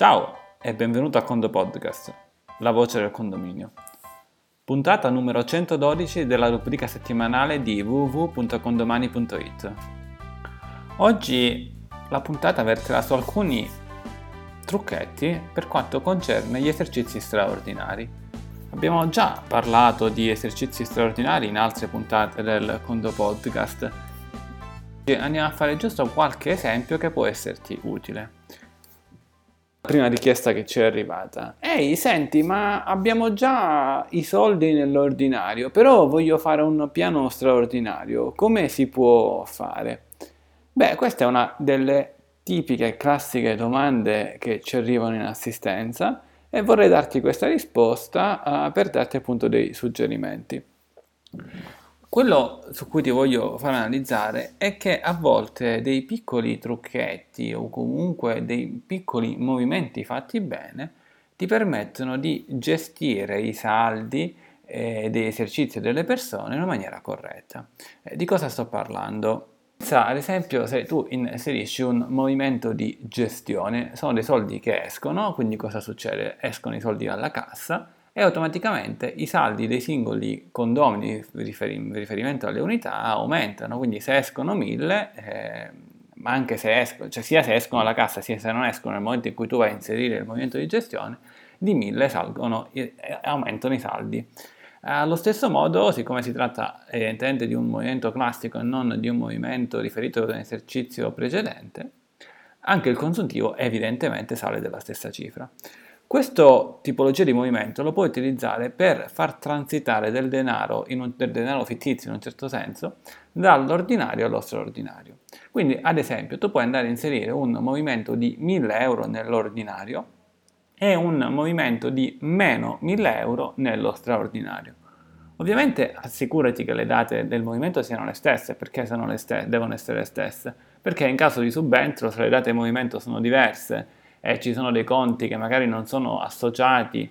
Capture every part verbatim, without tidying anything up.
Ciao e benvenuto a Condo Podcast, la voce del condominio. Puntata numero centododici della rubrica settimanale di w w w punto condomani punto i t. Oggi la puntata verterà su alcuni trucchetti per quanto concerne gli esercizi straordinari. Abbiamo già parlato di esercizi straordinari in altre puntate del Condo Podcast. Andiamo a fare giusto qualche esempio che può esserti utile. Prima richiesta che ci è arrivata: ehi, senti, ma abbiamo già i soldi nell'ordinario, però voglio fare un piano straordinario, come si può fare? Beh, questa è una delle tipiche e classiche domande che ci arrivano in assistenza e vorrei darti questa risposta uh, per darti appunto dei suggerimenti. Quello su cui ti voglio far analizzare è che a volte dei piccoli trucchetti o comunque dei piccoli movimenti fatti bene ti permettono di gestire i saldi eh, degli esercizi delle persone in una maniera corretta. Eh, di cosa sto parlando? Pensa, ad esempio, se tu inserisci un movimento di gestione, sono dei soldi che escono, quindi cosa succede? Escono i soldi dalla cassa e automaticamente i saldi dei singoli condomini in riferimento alle unità aumentano, quindi se escono mille, eh, ma anche se escono, cioè sia se escono alla cassa sia se non escono nel momento in cui tu vai a inserire il movimento di gestione, di mille salgono e aumentano i saldi. Allo stesso modo, siccome si tratta evidentemente di un movimento classico e non di un movimento riferito ad un esercizio precedente, anche il consuntivo evidentemente sale della stessa cifra. Questo tipologia di movimento lo puoi utilizzare per far transitare del denaro, in un, del denaro fittizio in un certo senso, dall'ordinario allo straordinario. Quindi, ad esempio, tu puoi andare a inserire un movimento di mille euro nell'ordinario e un movimento di meno mille euro nello straordinario. Ovviamente assicurati che le date del movimento siano le stesse, perché sono le stesse, devono essere le stesse, perché in caso di subentro, se le date di movimento sono diverse e ci sono dei conti che magari non sono associati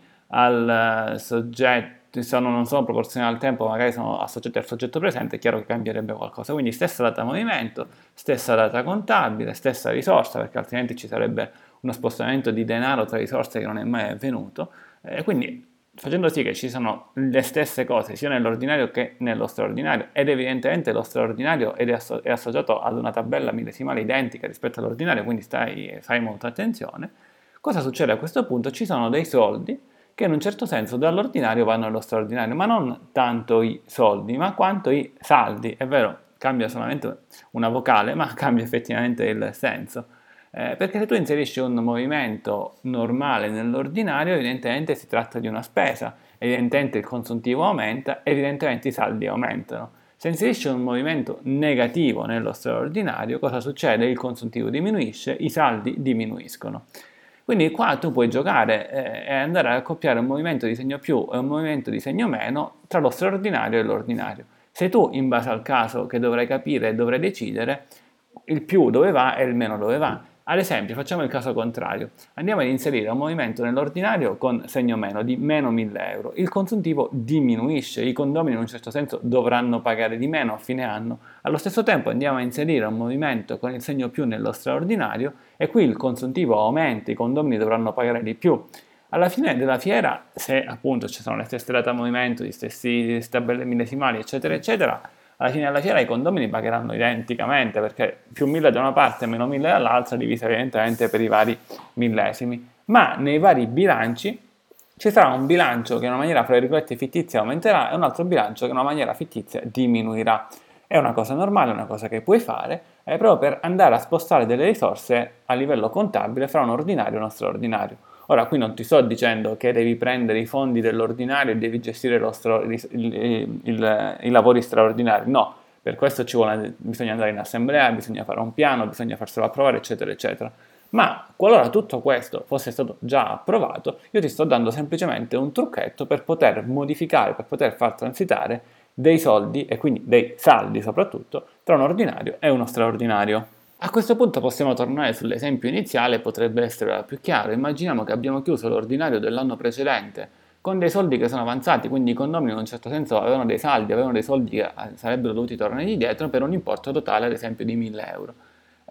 al soggetto, sono, non sono proporzionali al tempo, magari sono associati al soggetto presente, è chiaro che cambierebbe qualcosa. Quindi stessa data movimento, stessa data contabile, stessa risorsa, perché altrimenti ci sarebbe uno spostamento di denaro tra risorse che non è mai avvenuto, e quindi facendo sì che ci sono le stesse cose sia nell'ordinario che nello straordinario, ed evidentemente lo straordinario è, asso- è associato ad una tabella millesimale identica rispetto all'ordinario, quindi stai, fai molta attenzione. Cosa succede a questo punto? Ci sono dei soldi che in un certo senso dall'ordinario vanno allo straordinario, ma non tanto i soldi, ma quanto i saldi. È vero, cambia solamente una vocale, ma cambia effettivamente il senso. Eh, perché se tu inserisci un movimento normale nell'ordinario, evidentemente si tratta di una spesa, evidentemente il consuntivo aumenta, evidentemente i saldi aumentano. Se inserisci un movimento negativo nello straordinario, cosa succede? Il consuntivo diminuisce, i saldi diminuiscono. Quindi qua tu puoi giocare eh, e andare a accoppiare un movimento di segno più e un movimento di segno meno tra lo straordinario e l'ordinario. Sei tu, in base al caso che dovrai capire e dovrai decidere, il più dove va e il meno dove va. Ad esempio, facciamo il caso contrario. Andiamo ad inserire un movimento nell'ordinario con segno meno di meno mille euro. Il consuntivo diminuisce, i condomini in un certo senso dovranno pagare di meno a fine anno. Allo stesso tempo andiamo a inserire un movimento con il segno più nello straordinario e qui il consuntivo aumenta, i condomini dovranno pagare di più. Alla fine della fiera, se appunto ci sono le stesse date a movimento, gli stessi tabelle millesimali, eccetera, eccetera, alla fine della fiera i condomini pagheranno identicamente, perché più mille da una parte e meno mille dall'altra, divisa evidentemente per i vari millesimi. Ma nei vari bilanci ci sarà un bilancio che in una maniera fra virgolette fittizia aumenterà e un altro bilancio che in una maniera fittizia diminuirà. È una cosa normale, è una cosa che puoi fare, è proprio per andare a spostare delle risorse a livello contabile fra un ordinario e uno straordinario. Ora, qui non ti sto dicendo che devi prendere i fondi dell'ordinario e devi gestire lo stro- il, il, il, i lavori straordinari, no, per questo ci vuole, bisogna andare in assemblea, bisogna fare un piano, bisogna farselo approvare, eccetera, eccetera. Ma qualora tutto questo fosse stato già approvato, io ti sto dando semplicemente un trucchetto per poter modificare, per poter far transitare dei soldi e quindi dei saldi soprattutto tra un ordinario e uno straordinario. A questo punto possiamo tornare sull'esempio iniziale, potrebbe essere più chiaro. Immaginiamo che abbiamo chiuso l'ordinario dell'anno precedente con dei soldi che sono avanzati, quindi i condomini in un certo senso avevano dei saldi, avevano dei soldi che sarebbero dovuti tornare indietro per un importo totale ad esempio di mille euro.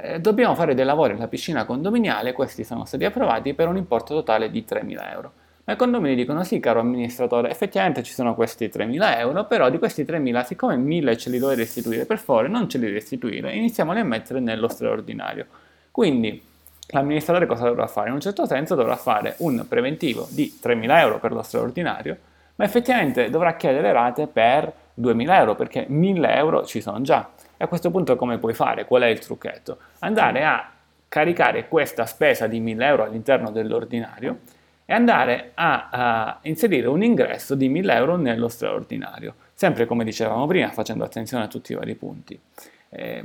eh, dobbiamo fare dei lavori alla piscina condominiale, questi sono stati approvati per un importo totale di tremila euro. Ma i condomini dicono sì, caro amministratore, effettivamente ci sono questi tremila euro, però di questi tremila, siccome mille ce li dovete restituire, per favore non ce li restituire, iniziamoli a mettere nello straordinario. Quindi l'amministratore cosa dovrà fare? In un certo senso dovrà fare un preventivo di tremila euro per lo straordinario, ma effettivamente dovrà chiedere rate per duemila euro, perché mille euro ci sono già. E a questo punto come puoi fare? Qual è il trucchetto? Andare a caricare questa spesa di mille euro all'interno dell'ordinario e andare a, a inserire un ingresso di mille euro nello straordinario, sempre come dicevamo prima, facendo attenzione a tutti i vari punti. Eh,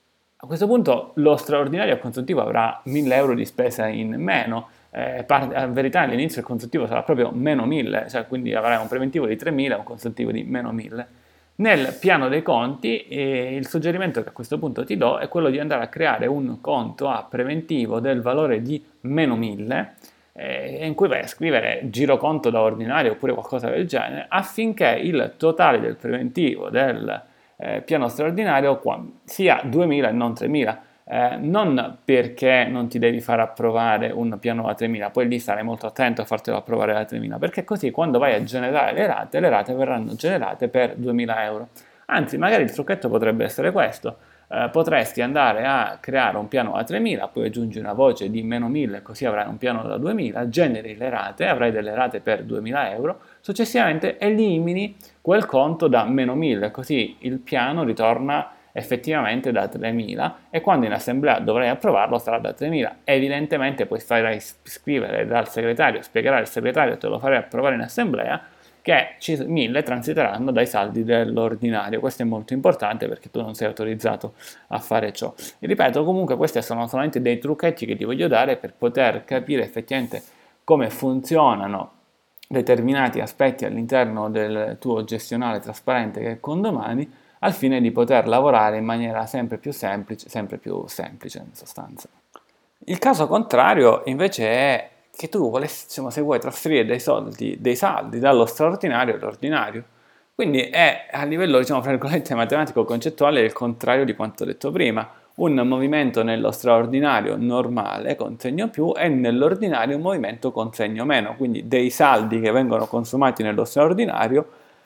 a questo punto lo straordinario a consuntivo avrà mille euro di spesa in meno, eh, par- a verità all'inizio il consuntivo sarà proprio meno mille, cioè quindi avrai un preventivo di tremila e un consuntivo di meno mille. Nel piano dei conti eh, il suggerimento che a questo punto ti do è quello di andare a creare un conto a preventivo del valore di meno mille, eh, in cui vai a scrivere giroconto da ordinario oppure qualcosa del genere, affinché il totale del preventivo del eh, piano straordinario qua, sia duemila e non tremila. Eh, non perché non ti devi far approvare un piano a tremila, poi lì sarai molto attento a fartelo approvare a tremila, perché così quando vai a generare le rate, le rate verranno generate per duemila euro. Anzi, magari il trucchetto potrebbe essere questo: eh, potresti andare a creare un piano a tremila, poi aggiungi una voce di meno mille, così avrai un piano da duemila, generi le rate, avrai delle rate per duemila euro, successivamente elimini quel conto da meno mille, così il piano ritorna effettivamente da tremila e quando in assemblea dovrai approvarlo sarà da tremila. Evidentemente poi farai scrivere dal segretario, spiegherai al segretario, te lo farai approvare in assemblea, che mille transiteranno dai saldi dell'ordinario. Questo è molto importante perché tu non sei autorizzato a fare ciò. E ripeto, comunque questi sono solamente dei trucchetti che ti voglio dare per poter capire effettivamente come funzionano determinati aspetti all'interno del tuo gestionale trasparente che è Condomani, al fine di poter lavorare in maniera sempre più semplice, sempre più semplice in sostanza. Il caso contrario invece è che tu volessi, diciamo, se vuoi trasferire dei soldi, dei saldi dallo straordinario all'ordinario. Quindi è a livello, diciamo, fra virgolette, matematico-concettuale il contrario di quanto detto prima. Un movimento nello straordinario normale con segno più e nell'ordinario un movimento con segno meno, quindi dei saldi che vengono consumati nello straordinario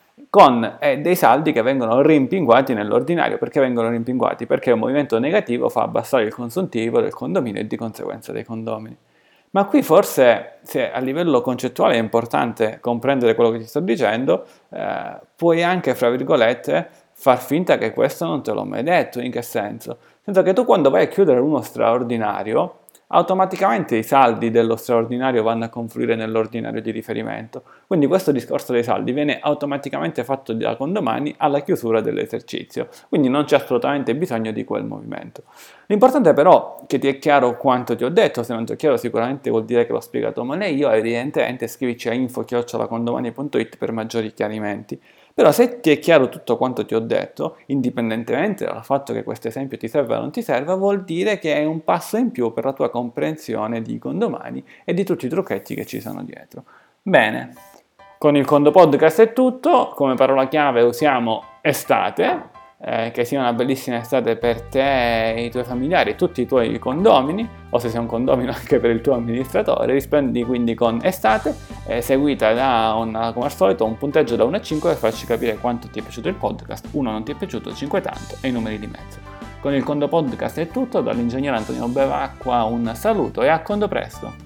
con eh, dei saldi che vengono rimpinguati nell'ordinario. Perché vengono rimpinguati? Perché un movimento negativo fa abbassare il consuntivo del condominio e di conseguenza dei condomini. Ma qui forse, se a livello concettuale è importante comprendere quello che ti sto dicendo, eh, puoi anche, fra virgolette, far finta che questo non te l'ho mai detto. In che senso? Nel senso che tu quando vai a chiudere uno straordinario, automaticamente i saldi dello straordinario vanno a confluire nell'ordinario di riferimento. Quindi questo discorso dei saldi viene automaticamente fatto da Condomani alla chiusura dell'esercizio, quindi non c'è assolutamente bisogno di quel movimento. L'importante però è che ti è chiaro quanto ti ho detto. Se non ti è chiaro sicuramente vuol dire che l'ho spiegato meglio, evidentemente scrivici a info chiocciola condomani punto it per maggiori chiarimenti. Però se ti è chiaro tutto quanto ti ho detto, indipendentemente dal fatto che questo esempio ti serva o non ti serva, vuol dire che è un passo in più per la tua comprensione di Condomani e di tutti i trucchetti che ci sono dietro. Bene, con il Condo Podcast è tutto. Come parola chiave usiamo estate, eh, che sia una bellissima estate per te e i tuoi familiari e tutti i tuoi condomini, o se sei un condomino anche per il tuo amministratore. Rispondi quindi con estate, eh, seguita da, una, come al solito, un punteggio da uno a cinque per farci capire quanto ti è piaciuto il podcast. uno non ti è piaciuto, cinque tanto e i numeri di mezzo. Con il Condo Podcast è tutto, dall'ingegnere Antonio Bevacqua un saluto e a Condo presto!